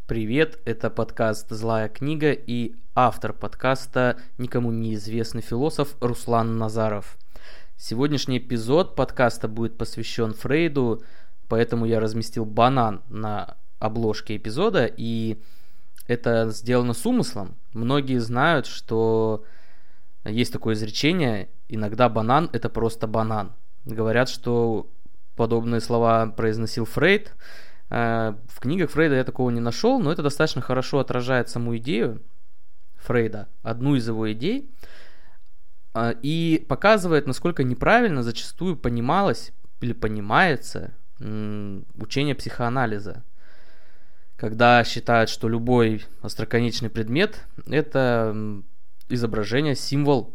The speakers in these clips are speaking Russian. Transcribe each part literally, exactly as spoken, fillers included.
Привет, это подкаст «Злая книга» и автор подкаста никому неизвестный философ Руслан Назаров. Сегодняшний эпизод подкаста будет посвящен Фрейду, поэтому я разместил банан на обложке эпизода, и это сделано с умыслом. Многие знают, что есть такое изречение: иногда банан – это просто банан. Говорят, что подобные слова произносил Фрейд. В книгах Фрейда я такого не нашел, но это достаточно хорошо отражает саму идею Фрейда, одну из его идей, и показывает, насколько неправильно зачастую понималось или понимается учение психоанализа, когда считают, что любой остроконечный предмет – это изображение, символ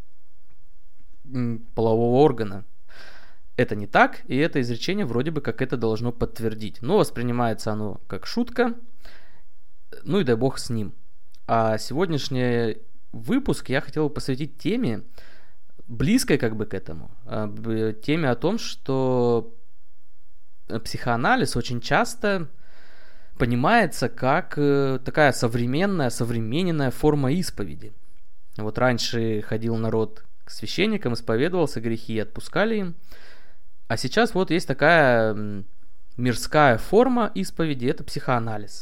полового органа. Это не так, и это изречение вроде бы как это должно подтвердить. Но воспринимается оно как шутка, ну и дай бог с ним. А сегодняшний выпуск я хотел посвятить теме, близкой как бы к этому, теме о том, что психоанализ очень часто понимается как такая современная, современная форма исповеди. Вот раньше ходил народ к священникам, исповедовался грехи и отпускали им. А сейчас вот есть такая мирская форма исповеди, это психоанализ.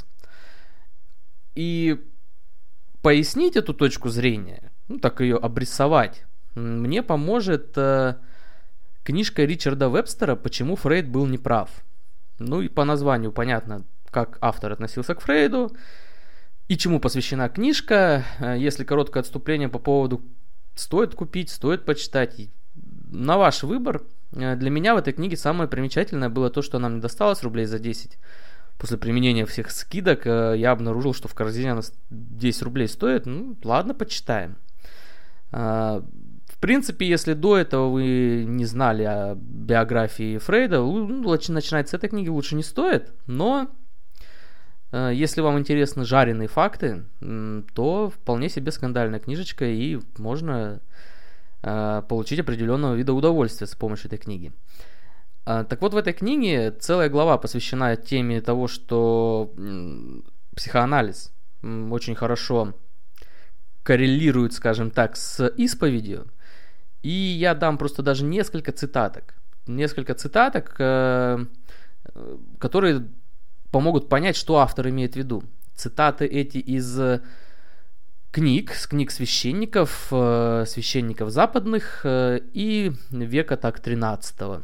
И пояснить эту точку зрения, ну так ее обрисовать, мне поможет э, книжка Ричарда Вебстера «Почему Фрейд был неправ». Ну и по названию понятно, как автор относился к Фрейду и чему посвящена книжка. Если короткое отступление по поводу стоит купить, стоит почитать, на ваш выбор. Для меня в этой книге самое примечательное было то, что она мне досталась рублей за десять. После применения всех скидок я обнаружил, что в корзине она десять рублей стоит. Ну, ладно, почитаем. В принципе, если до этого вы не знали о биографии Фрейда, начинать с этой книги лучше не стоит. Но если вам интересны жареные факты, то вполне себе скандальная книжечка, и можно получить определенного вида удовольствия с помощью этой книги. Так вот, в этой книге целая глава посвящена теме того, что психоанализ очень хорошо коррелирует, скажем так, с исповедью. И я дам просто даже несколько цитаток. Несколько цитаток, которые помогут понять, что автор имеет в виду. Цитаты эти из книг, с книг священников, э, священников западных э, и века так тринадцатого.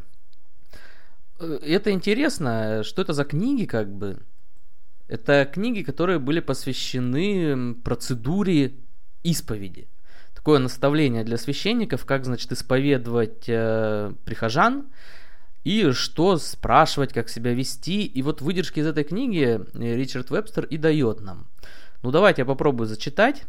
Это интересно, что это за книги, как бы. Это книги, которые были посвящены процедуре исповеди. Такое наставление для священников, как, значит, исповедовать э, прихожан и что спрашивать, как себя вести. И вот выдержки из этой книги Ричард Вебстер и дает нам. Ну, давайте я попробую зачитать.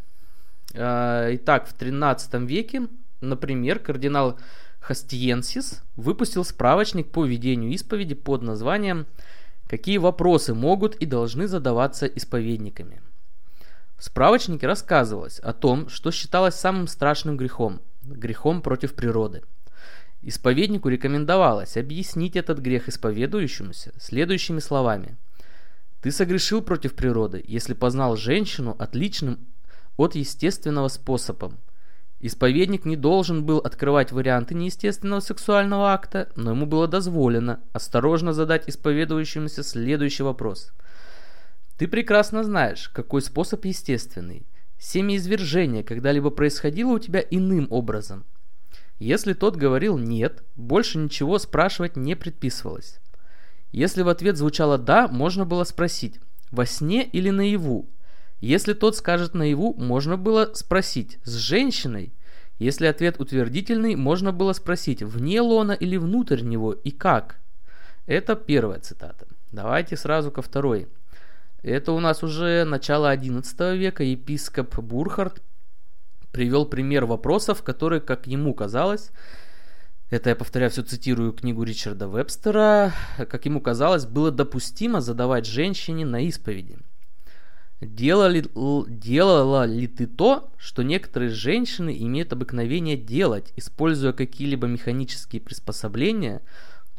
Итак, в тринадцатом веке, например, кардинал Хастиенсис выпустил справочник по ведению исповеди под названием «Какие вопросы могут и должны задаваться исповедниками». В справочнике рассказывалось о том, что считалось самым страшным грехом – грехом против природы. Исповеднику рекомендовалось объяснить этот грех исповедующемуся следующими словами: «Ты согрешил против природы, если познал женщину отличным от естественного способом. Исповедник не должен был открывать варианты неестественного сексуального акта, но ему было дозволено осторожно задать исповедующемуся следующий вопрос. Ты прекрасно знаешь, какой способ естественный. Семяизвержение когда-либо происходило у тебя иным образом? Если тот говорил «нет», больше ничего спрашивать не предписывалось. Если в ответ звучало «да», можно было спросить «во сне или наяву?». Если тот скажет наяву, можно было спросить «с женщиной?». Если ответ утвердительный, можно было спросить «вне лона или внутрь него и как?». Это первая цитата. Давайте сразу ко второй. Это у нас уже начало одиннадцатого века. Епископ Бурхард привел пример вопросов, которые, как ему казалось, это я, повторяю, все цитирую книгу Ричарда Вебстера, как ему казалось, было допустимо задавать женщине на исповеди. Делали, делала ли ты то, что некоторые женщины имеют обыкновение делать, используя какие-либо механические приспособления,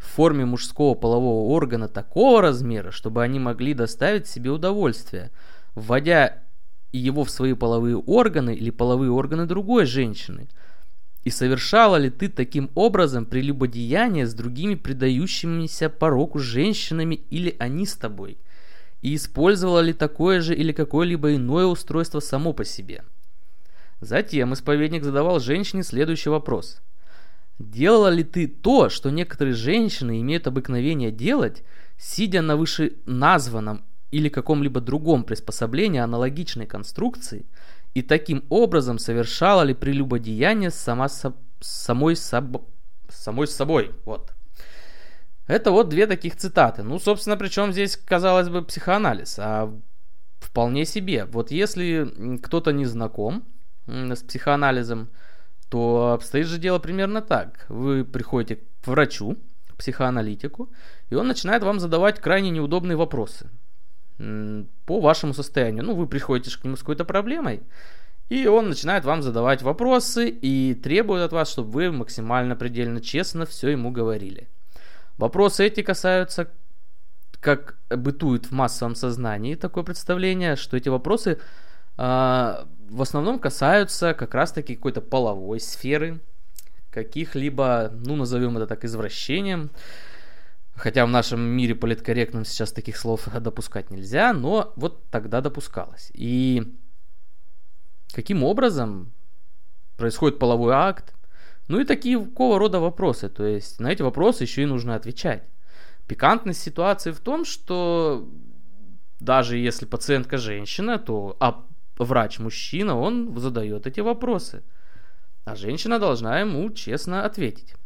в форме мужского полового органа такого размера, чтобы они могли доставить себе удовольствие, вводя его в свои половые органы или половые органы другой женщины? И совершала ли ты таким образом прелюбодеяние с другими предающимися пороку женщинами или они с тобой? И использовала ли такое же или какое-либо иное устройство само по себе? Затем исповедник задавал женщине следующий вопрос. Делала ли ты то, что некоторые женщины имеют обыкновение делать, сидя на вышеназванном или каком-либо другом приспособлении аналогичной конструкции, и таким образом совершала ли прелюбодеяние сама со, самой, соб, самой собой? Вот. Это вот две таких цитаты. Ну, собственно, причем здесь, казалось бы, психоанализ, а вполне себе. Вот если кто-то не знаком с психоанализом, то обстоит же дело примерно так. Вы приходите к врачу, к психоаналитику, и он начинает вам задавать крайне неудобные вопросы по вашему состоянию. Ну, вы приходите к нему с какой-то проблемой, и он начинает вам задавать вопросы и требует от вас, чтобы вы максимально, предельно честно все ему говорили. Вопросы эти касаются, как бытует в массовом сознании такое представление, что эти вопросы э, в основном касаются как раз-таки какой-то половой сферы, каких-либо, ну, назовем это так, извращением. Хотя в нашем мире политкорректном сейчас таких слов допускать нельзя, но вот тогда допускалось. И каким образом происходит половой акт? Ну и такого рода вопросы. То есть на эти вопросы еще и нужно отвечать. Пикантность ситуации в том, что даже если пациентка женщина, то а врач мужчина, он задает эти вопросы. А женщина должна ему честно ответить.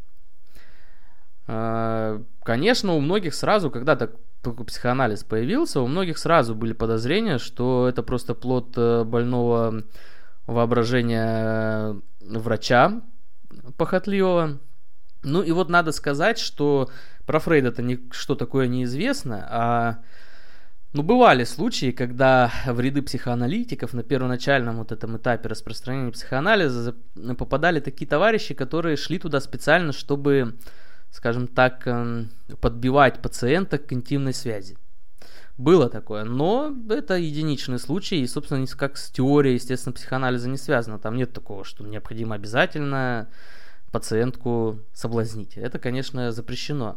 Конечно, у многих сразу, когда только психоанализ появился, у многих сразу были подозрения, что это просто плод больного воображения врача похотливого. Ну и вот надо сказать, что про Фрейда-то ничто такое неизвестно, а ну, бывали случаи, когда в ряды психоаналитиков на первоначальном вот этом этапе распространения психоанализа попадали такие товарищи, которые шли туда специально, чтобы, скажем так, подбивать пациента к интимной связи. Было такое, но это единичный случай, и, собственно, как с теорией, естественно, психоанализа не связано. Там нет такого, что необходимо обязательно пациентку соблазнить. Это, конечно, запрещено.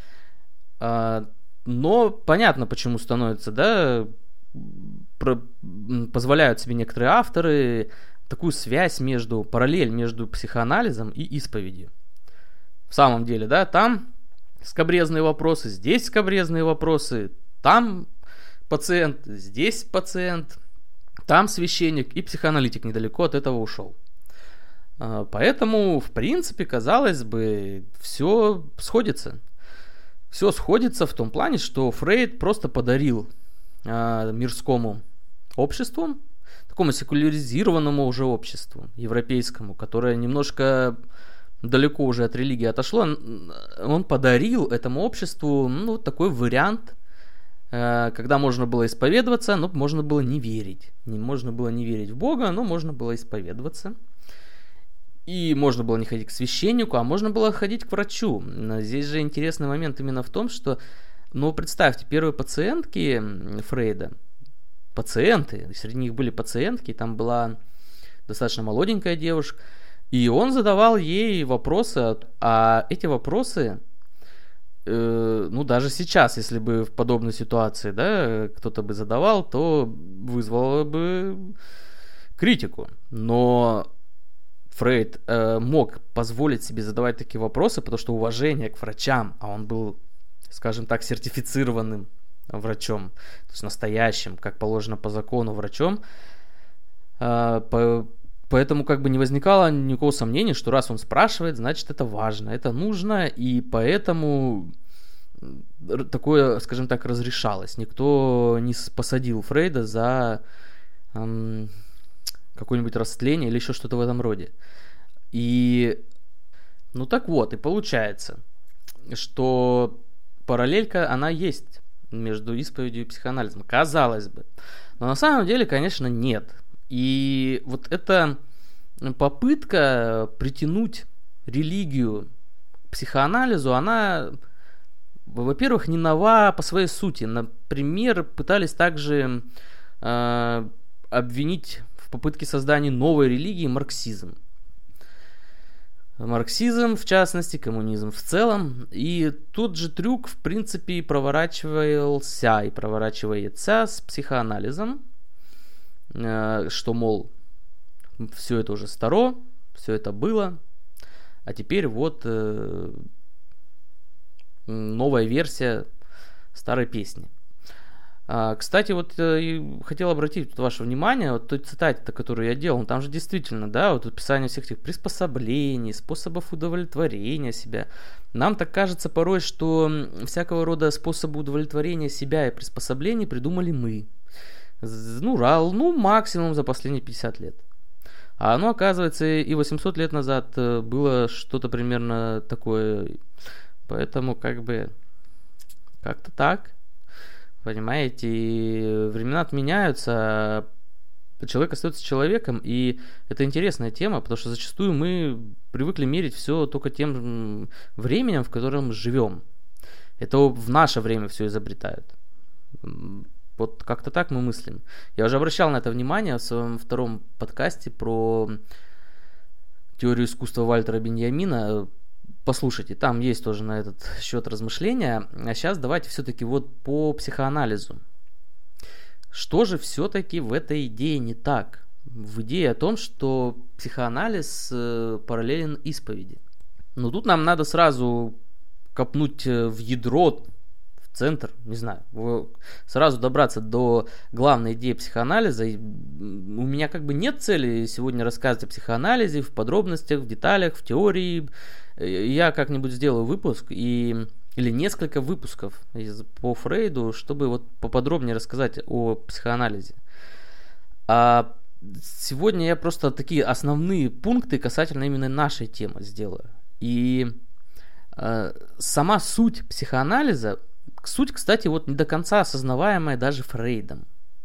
Но понятно, почему становится, да, про, позволяют себе некоторые авторы такую связь между, параллель между психоанализом и исповедью. В самом деле, да, там скабрезные вопросы, здесь скабрезные вопросы, там пациент, здесь пациент, там священник, и психоаналитик недалеко от этого ушел. Поэтому, в принципе, казалось бы, все сходится. Все сходится в том плане, что Фрейд просто подарил э, мирскому обществу, такому секуляризированному уже обществу, европейскому, которое немножко далеко уже от религии отошло, он подарил этому обществу, ну, такой вариант, э, когда можно было исповедоваться, но можно было не верить. Не можно было не верить в Бога, но можно было исповедоваться. И можно было не ходить к священнику, а можно было ходить к врачу. Здесь же интересный момент именно в том, что, ну, представьте, первые пациентки Фрейда, пациенты, среди них были пациентки, там была достаточно молоденькая девушка, и он задавал ей вопросы, а эти вопросы, э, ну, даже сейчас, если бы в подобной ситуации, да, кто-то бы задавал, то вызвало бы критику. Но Фрейд э, мог позволить себе задавать такие вопросы, потому что уважение к врачам, а он был, скажем так, сертифицированным врачом, то есть настоящим, как положено по закону, врачом, э, по, поэтому как бы не возникало никакого сомнения, что раз он спрашивает, значит это важно, это нужно, и поэтому такое, скажем так, разрешалось. Никто не посадил Фрейда за Эм, какое-нибудь растление или еще что-то в этом роде. И, ну так вот, и получается, что параллелька, она есть между исповедью и психоанализом, казалось бы. Но на самом деле, конечно, нет. И вот эта попытка притянуть религию к психоанализу, она во-первых, не нова по своей сути. Например, пытались также э, обвинить в попытке создания новой религии марксизм. Марксизм, в частности, коммунизм в целом. И тот же трюк, в принципе, проворачивался и проворачивается с психоанализом, э, что, мол, все это уже старо, все это было, а теперь вот э, новая версия старой песни. А, кстати, вот э, хотел обратить вот ваше внимание, вот той цитате, которую я делал, там же действительно, да, вот описание всех этих приспособлений, способов удовлетворения себя. Нам так кажется порой, что всякого рода способы удовлетворения себя и приспособлений придумали мы. Ну, рал, ну, максимум за последние пятьдесят лет. А оно, оказывается, и восемьсот лет назад было что-то примерно такое. Поэтому, как бы, как-то так. Понимаете, времена меняются, а человек остается человеком, и это интересная тема, потому что зачастую мы привыкли мерить все только тем временем, в котором живем. Это в наше время все изобретают. Вот как-то так мы мыслим. Я уже обращал на это внимание в своем втором подкасте про теорию искусства Вальтера Беньямина. Послушайте, там есть тоже на этот счет размышления. А сейчас давайте все-таки вот по психоанализу. Что же все-таки в этой идее не так? В идее о том, что психоанализ параллелен исповеди. Но тут нам надо сразу копнуть в ядро, центр, не знаю, сразу добраться до главной идеи психоанализа. У меня как бы нет цели сегодня рассказывать о психоанализе в подробностях, в деталях, в теории. Я как-нибудь сделаю выпуск и, или несколько выпусков по Фрейду, чтобы вот поподробнее рассказать о психоанализе. А сегодня я просто такие основные пункты касательно именно нашей темы сделаю. И э, сама суть психоанализа, суть, кстати, вот не до конца осознаваемая даже Фрейдом,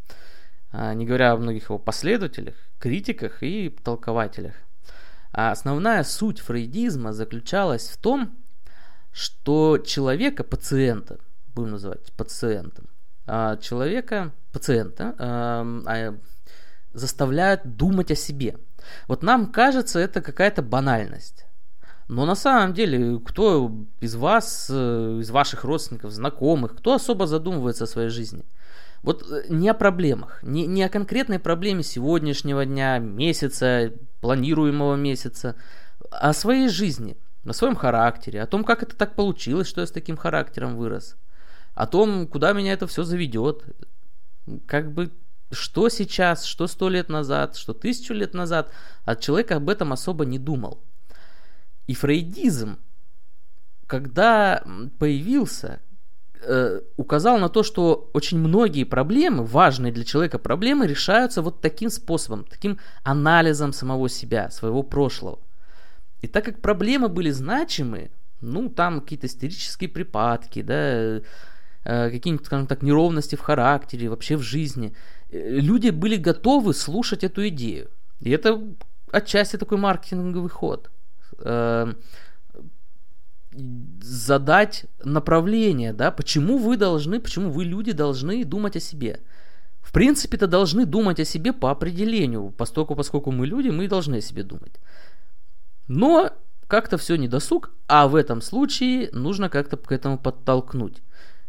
не говоря о многих его последователях, критиках и толкователях. А основная суть фрейдизма заключалась в том, что человека, пациента, будем называть пациентом, человека, пациента, заставляют думать о себе. Вот нам кажется, это какая-то банальность. Но на самом деле, кто из вас, из ваших родственников, знакомых, кто особо задумывается о своей жизни? Вот не о проблемах, не, не о конкретной проблеме сегодняшнего дня, месяца, планируемого месяца, а о своей жизни, о своем характере, о том, как это так получилось, что я с таким характером вырос, о том, куда меня это все заведет, как бы что сейчас, что сто лет назад, что тысячу лет назад, а человек об этом особо не думал. И фрейдизм, когда появился, э, указал на то, что очень многие проблемы, важные для человека проблемы, решаются вот таким способом, таким анализом самого себя, своего прошлого. И так как проблемы были значимы, ну, там какие-то истерические припадки, да, э, какие-нибудь, скажем так, неровности в характере, вообще в жизни, э, люди были готовы слушать эту идею. И это отчасти такой маркетинговый ход. Задать направление, да, почему вы должны, почему вы, люди, должны думать о себе. В принципе-то должны думать о себе по определению, поскольку, поскольку мы люди, мы должны о себе думать. Но как-то все недосуг, а в этом случае нужно как-то к этому подтолкнуть.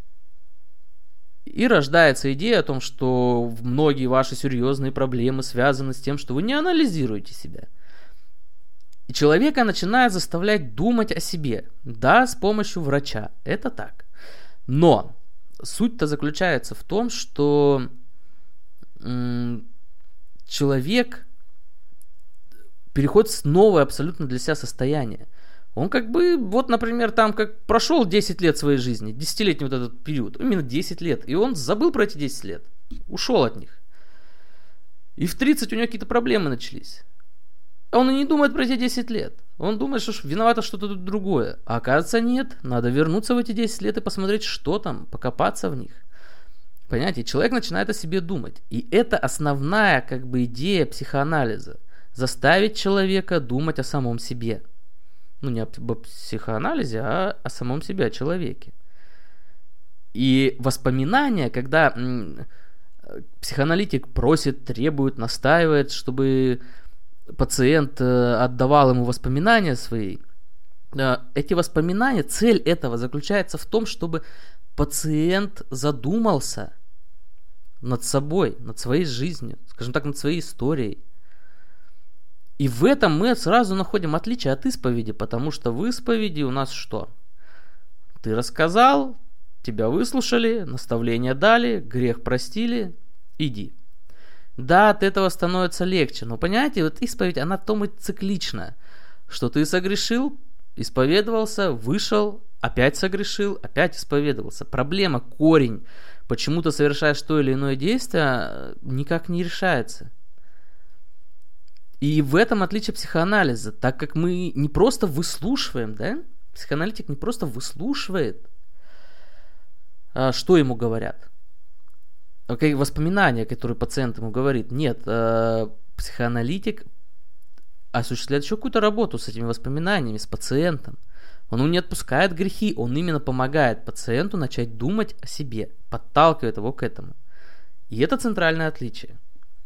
И рождается идея о том, что многие ваши серьезные проблемы связаны с тем, что вы не анализируете себя. И человека начинает заставлять думать о себе. Да, с помощью врача. Это так. Но суть-то заключается в том, что м- человек переходит в новое абсолютно для себя состояние. Он как бы, вот, например, там как прошел десять лет своей жизни, десятилетний вот этот период, именно десять лет, и он забыл про эти десять лет, ушел от них. И в тридцать у него какие-то проблемы начались. Он и не думает про эти десять лет. Он думает, что виновато что-то тут другое. А оказывается, нет. Надо вернуться в эти десять лет и посмотреть, что там, покопаться в них. Понимаете, человек начинает о себе думать. И это основная как бы идея психоанализа. Заставить человека думать о самом себе. Ну, не об психоанализе, а о самом себе, о человеке. И воспоминания, когда м, психоаналитик просит, требует, настаивает, чтобы пациент э, отдавал ему воспоминания свои, э, эти воспоминания, цель этого заключается в том, чтобы пациент задумался над собой, над своей жизнью, скажем так, над своей историей. И в этом мы сразу находим отличие от исповеди, потому что в исповеди у нас что? Ты рассказал, тебя выслушали, наставления дали, грех простили, иди. Да, от этого становится легче, но понимаете, вот исповедь, она в том и циклична, что ты согрешил, исповедовался, вышел, опять согрешил, опять исповедовался. Проблема, корень, почему ты совершаешь то или иное действие, никак не решается. И в этом отличие психоанализа, так как мы не просто выслушиваем, да, психоаналитик не просто выслушивает, что ему говорят, какие воспоминания, которые пациент ему говорит. Нет, психоаналитик осуществляет еще какую-то работу с этими воспоминаниями, с пациентом. Он ему не отпускает грехи, он именно помогает пациенту начать думать о себе, подталкивает его к этому. И это центральное отличие.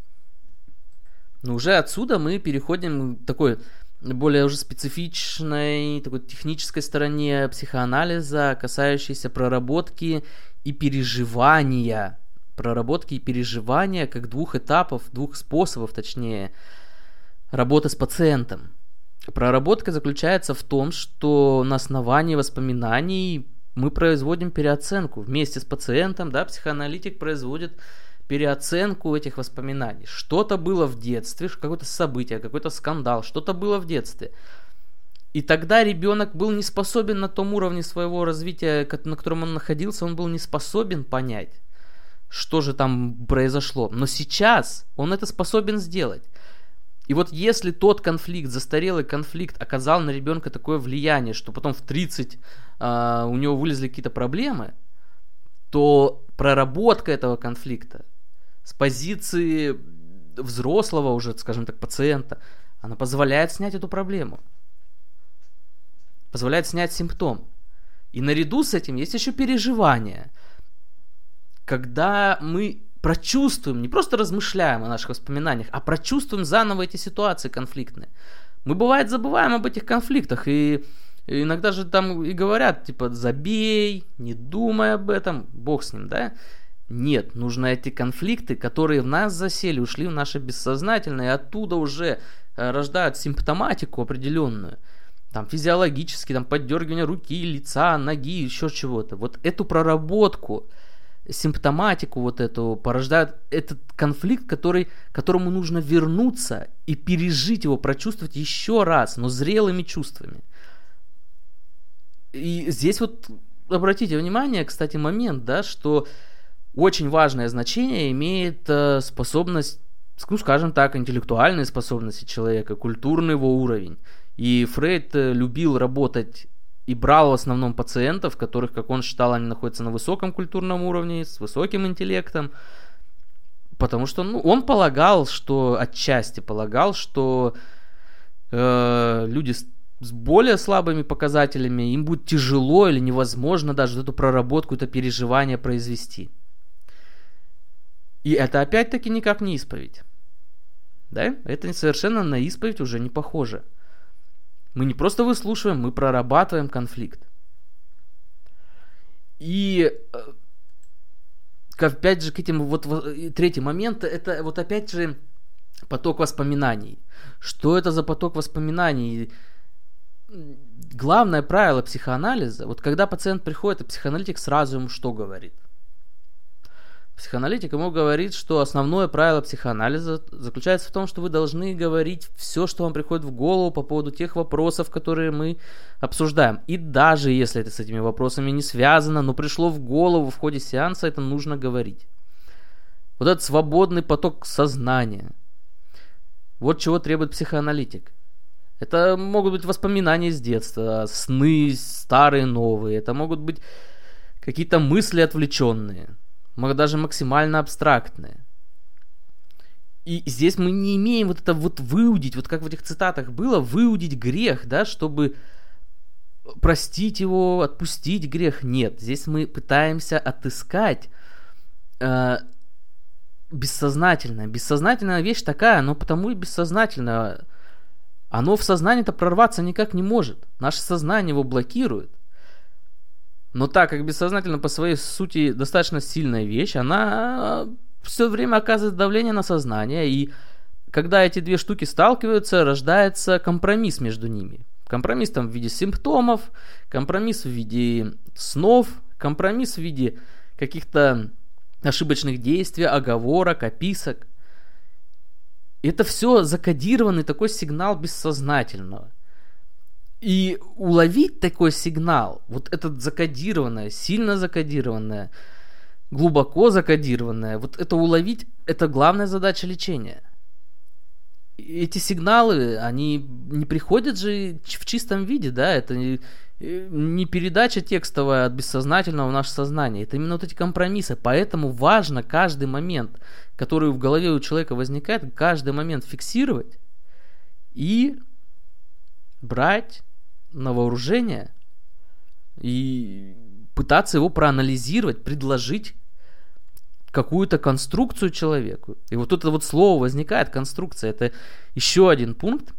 Но уже отсюда мы переходим к такой более уже специфичной, такой технической стороне психоанализа, касающейся проработки и переживания. Проработки и переживания как двух этапов, двух способов, точнее, работы с пациентом. Проработка заключается в том, что на основании воспоминаний мы производим переоценку. Вместе с пациентом, да, психоаналитик производит переоценку этих воспоминаний. Что-то было в детстве, какое-то событие, какой-то скандал, что-то было в детстве. И тогда ребенок был не способен на том уровне своего развития, на котором он находился, он был не способен понять, что же там произошло. Но сейчас он это способен сделать. И вот если тот конфликт, застарелый конфликт, оказал на ребенка такое влияние, что потом в тридцать а, у него вылезли какие-то проблемы, то проработка этого конфликта с позиции взрослого уже, скажем так, пациента, она позволяет снять эту проблему. Позволяет снять симптом. И наряду с этим есть еще переживание. Когда мы прочувствуем, не просто размышляем о наших воспоминаниях, а прочувствуем заново эти ситуации конфликтные. Мы, бывает, забываем об этих конфликтах, и, и иногда же там и говорят, типа, забей, не думай об этом, бог с ним, да? Нет, нужно эти конфликты, которые в нас засели, ушли в наше бессознательное, и оттуда уже рождают симптоматику определенную, там, физиологически, там, поддергивание руки, лица, ноги, еще чего-то. Вот эту проработку, симптоматику вот эту порождает этот конфликт, который, которому нужно вернуться и пережить его, прочувствовать еще раз, но зрелыми чувствами. И здесь вот обратите внимание, кстати, момент, да, что очень важное значение имеет э, способность, ну, скажем так, интеллектуальные способности человека, культурный его уровень. И Фрейд э, любил работать и брал в основном пациентов, которых, как он считал, они находятся на высоком культурном уровне, с высоким интеллектом, потому что ну, он полагал, что, отчасти полагал, что э, люди с, с более слабыми показателями, им будет тяжело или невозможно даже эту проработку, это переживание произвести. И это опять-таки никак не исповедь. Да? Это совершенно на исповедь уже не похоже. Мы не просто выслушиваем, мы прорабатываем конфликт. И опять же к этим вот третий момент, это вот опять же поток воспоминаний. Что это за поток воспоминаний? Главное правило психоанализа, вот когда пациент приходит, и психоаналитик сразу ему что говорит? Психоаналитик ему говорит, что основное правило психоанализа заключается в том, что вы должны говорить все, что вам приходит в голову по поводу тех вопросов, которые мы обсуждаем. И даже если это с этими вопросами не связано, но пришло в голову в ходе сеанса, это нужно говорить. Вот этот свободный поток сознания. Вот чего требует психоаналитик. Это могут быть воспоминания с детства, сны старые, новые. Это могут быть какие-то мысли отвлеченные. Даже максимально абстрактные. И здесь мы не имеем вот это вот выудить, вот как в этих цитатах было, выудить грех, да, чтобы простить его, отпустить грех. Нет, здесь мы пытаемся отыскать э, бессознательное. Бессознательная вещь такая, но потому и бессознательная. Оно в сознание-то прорваться никак не может. Наше сознание его блокирует. Но так как бессознательно по своей сути достаточно сильная вещь, она все время оказывает давление на сознание. И когда эти две штуки сталкиваются, рождается компромисс между ними. Компромисс там в виде симптомов, компромисс в виде снов, компромисс в виде каких-то ошибочных действий, оговорок, описок. Это все закодированный такой сигнал бессознательного. И уловить такой сигнал, вот этот закодированное, сильно закодированное, глубоко закодированное, вот это уловить, это главная задача лечения. Эти сигналы, они не приходят же в чистом виде, да, это не, не передача текстовая от бессознательного в наше сознание, это именно вот эти компромиссы, поэтому важно каждый момент, который в голове у человека возникает, каждый момент фиксировать и брать на вооружение и пытаться его проанализировать, предложить какую-то конструкцию человеку. И вот это вот слово возникает, конструкция. Это еще один пункт.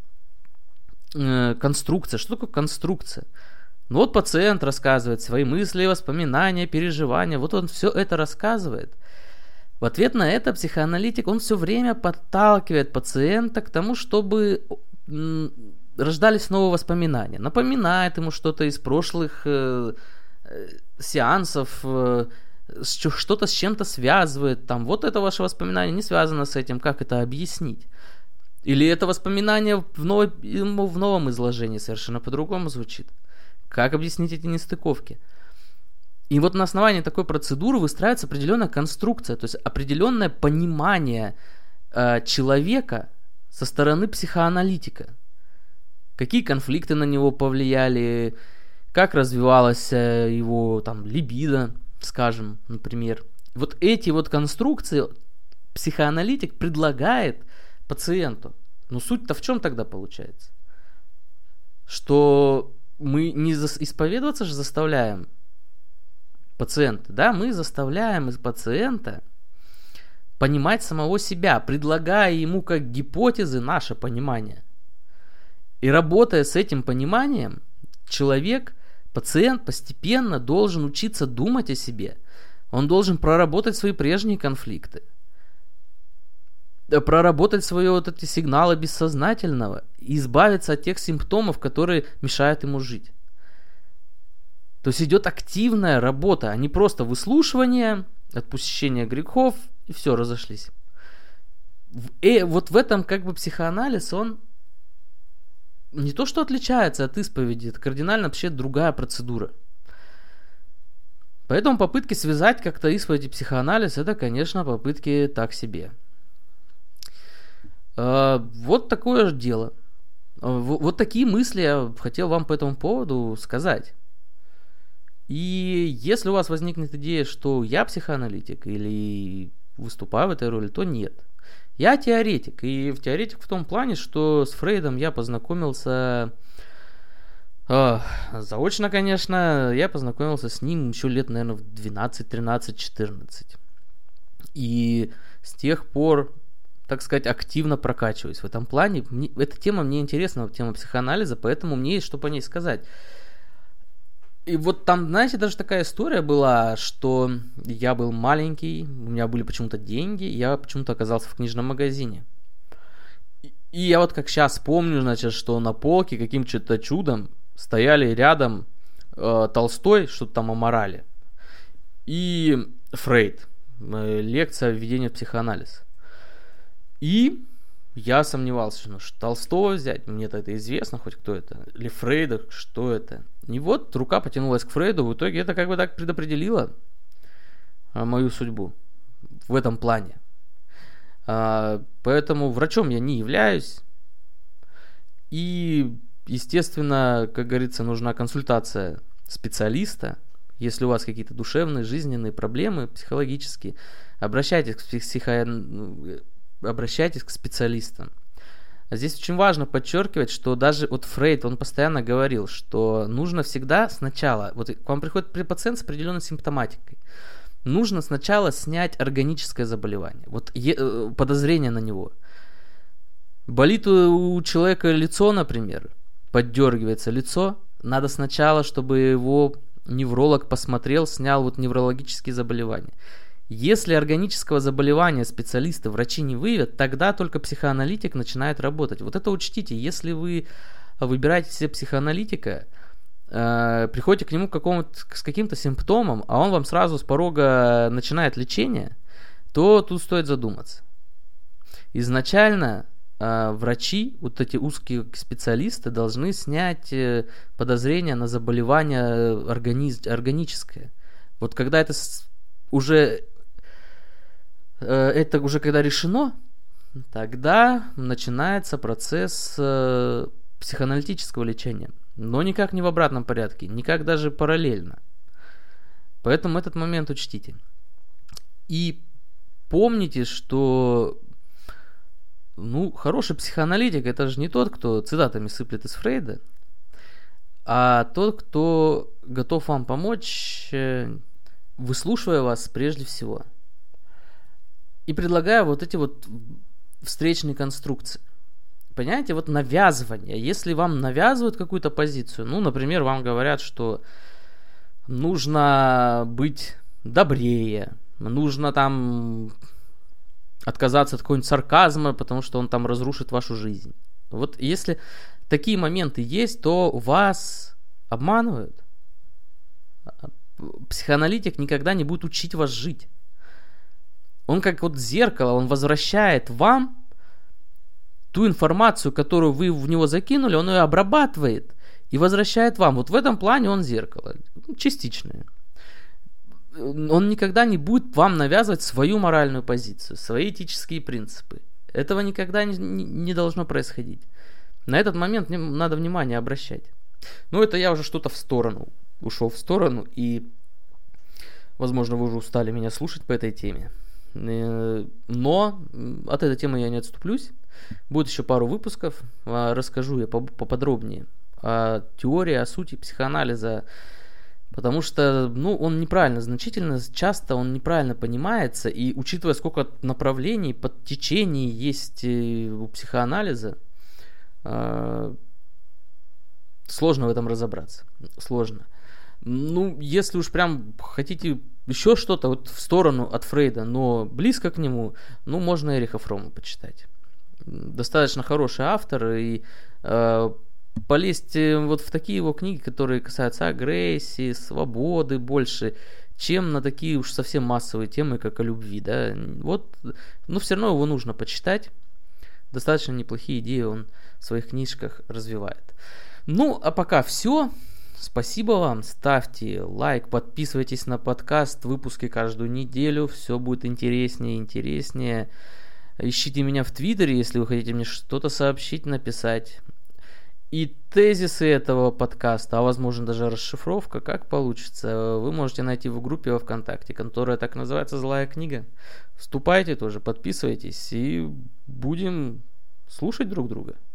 Э, конструкция. Что такое конструкция? Ну вот пациент рассказывает свои мысли, воспоминания, переживания. Вот он все это рассказывает. В ответ на это психоаналитик, он все время подталкивает пациента к тому, чтобы м, рождались новые воспоминания. Напоминает ему что-то из прошлых э, э, сеансов, э, что-то с чем-то связывает, там, вот это ваше воспоминание не связано с этим, как это объяснить? Или это воспоминание в, новой, в новом изложении совершенно по-другому звучит? Как объяснить эти нестыковки? И вот на основании такой процедуры выстраивается определенная конструкция, то есть определенное понимание э, человека со стороны психоаналитика. Какие конфликты на него повлияли, как развивалась э, его там либидо, скажем, например. Вот эти вот конструкции психоаналитик предлагает пациенту. Но суть-то в чем тогда получается? Что мы не исповедоваться же заставляем пациента, да, мы заставляем пациента понимать самого себя, предлагая ему как гипотезы наше понимание. И работая с этим пониманием, человек, пациент постепенно должен учиться думать о себе. Он должен проработать свои прежние конфликты, проработать свои вот эти сигналы бессознательного и избавиться от тех симптомов, которые мешают ему жить. То есть идет активная работа, а не просто выслушивание, отпущение грехов и все, разошлись. И вот в этом как бы психоанализ, он не то что отличается от исповеди, это кардинально вообще другая процедура. Поэтому попытки связать как-то исповедь и психоанализ, это, конечно, попытки так себе. Вот такое же дело. Вот такие мысли я хотел вам по этому поводу сказать. И если у вас возникнет идея, что я психоаналитик или выступаю в этой роли, то нет. Я теоретик, и в теоретик в том плане, что с Фрейдом я познакомился э, заочно, конечно, я познакомился с ним еще лет, наверное, в двенадцать, тринадцать, четырнадцать. И с тех пор, так сказать, активно прокачиваюсь в этом плане. Мне, эта тема мне интересна, тема психоанализа, поэтому мне есть что по ней сказать. И вот там, знаете, даже такая история была, что я был маленький, у меня были почему-то деньги, и я почему-то оказался в книжном магазине. И, и я вот как сейчас помню, значит, что на полке каким-то чудом стояли рядом э, Толстой, что-то там о морали, и Фрейд, э, лекция «Введение в психоанализ». И я сомневался, ну, что Толстого взять, мне-то это известно, хоть кто это, или Фрейда, что это. И вот рука потянулась к Фрейду, в итоге это как бы так предопределило мою судьбу в этом плане. А, поэтому врачом я не являюсь. И, естественно, как говорится, нужна консультация специалиста. Если у вас какие-то душевные, жизненные проблемы, психологические, обращайтесь к, психо... обращайтесь к специалистам. А здесь очень важно подчеркивать, что даже вот Фрейд, он постоянно говорил, что нужно всегда сначала, вот к вам приходит пациент с определенной симптоматикой, нужно сначала снять органическое заболевание, вот е- подозрение на него. Болит у человека лицо, например, поддергивается лицо, надо сначала, чтобы его невролог посмотрел, снял вот неврологические заболевания. Если органического заболевания специалисты, врачи не выявят, тогда только психоаналитик начинает работать. Вот это учтите, если вы выбираете себе психоаналитика, э, приходите к нему к какому-то, с каким-то симптомом, а он вам сразу с порога начинает лечение, то тут стоит задуматься. Изначально э, врачи, вот эти узкие специалисты, должны снять э, подозрение на заболевание органи- органическое. Вот когда это уже... это уже когда решено, тогда начинается процесс э, психоаналитического лечения. Но никак не в обратном порядке, никак даже параллельно. Поэтому этот момент учтите. И помните, что ну, хороший психоаналитик это же не тот, кто цитатами сыплет из Фрейда, а тот, кто готов вам помочь, выслушивая вас прежде всего. И предлагаю вот эти вот встречные конструкции. Понимаете, вот навязывание. Если вам навязывают какую-то позицию, ну, например, вам говорят, что нужно быть добрее, нужно там отказаться от какого-нибудь сарказма, потому что он там разрушит вашу жизнь. Вот если такие моменты есть, то вас обманывают. Психоаналитик никогда не будет учить вас жить. Он как вот зеркало, он возвращает вам ту информацию, которую вы в него закинули, он ее обрабатывает и возвращает вам. Вот в этом плане он зеркало, частичное. Он никогда не будет вам навязывать свою моральную позицию, свои этические принципы. Этого никогда не, не должно происходить. На этот момент надо внимание обращать. Ну, это я уже что-то в сторону, ушел в сторону, и, возможно, вы уже устали меня слушать по этой теме. Но от этой темы я не отступлюсь. Будет еще пару выпусков. Расскажу я поподробнее о теории, о сути психоанализа. Потому что, ну, он неправильно, значительно часто он неправильно понимается. И учитывая, сколько направлений, подтечений есть у психоанализа, сложно в этом разобраться. Сложно. Ну, если уж прям хотите еще что-то вот в сторону от Фрейда, но близко к нему, ну, можно Эриха Фромма почитать. Достаточно хороший автор, и э, полезть вот в такие его книги, которые касаются агрессии, свободы больше, чем на такие уж совсем массовые темы, как о любви, да. Вот, но все равно его нужно почитать. Достаточно неплохие идеи он в своих книжках развивает. Ну, а пока все. Спасибо вам, ставьте лайк, подписывайтесь на подкаст, выпуски каждую неделю, все будет интереснее и интереснее. Ищите меня в Твиттере, если вы хотите мне что-то сообщить, написать. И тезисы этого подкаста, а возможно даже расшифровка, как получится, вы можете найти в группе во ВКонтакте, которая так называется «Злая книга». Вступайте тоже, подписывайтесь и будем слушать друг друга.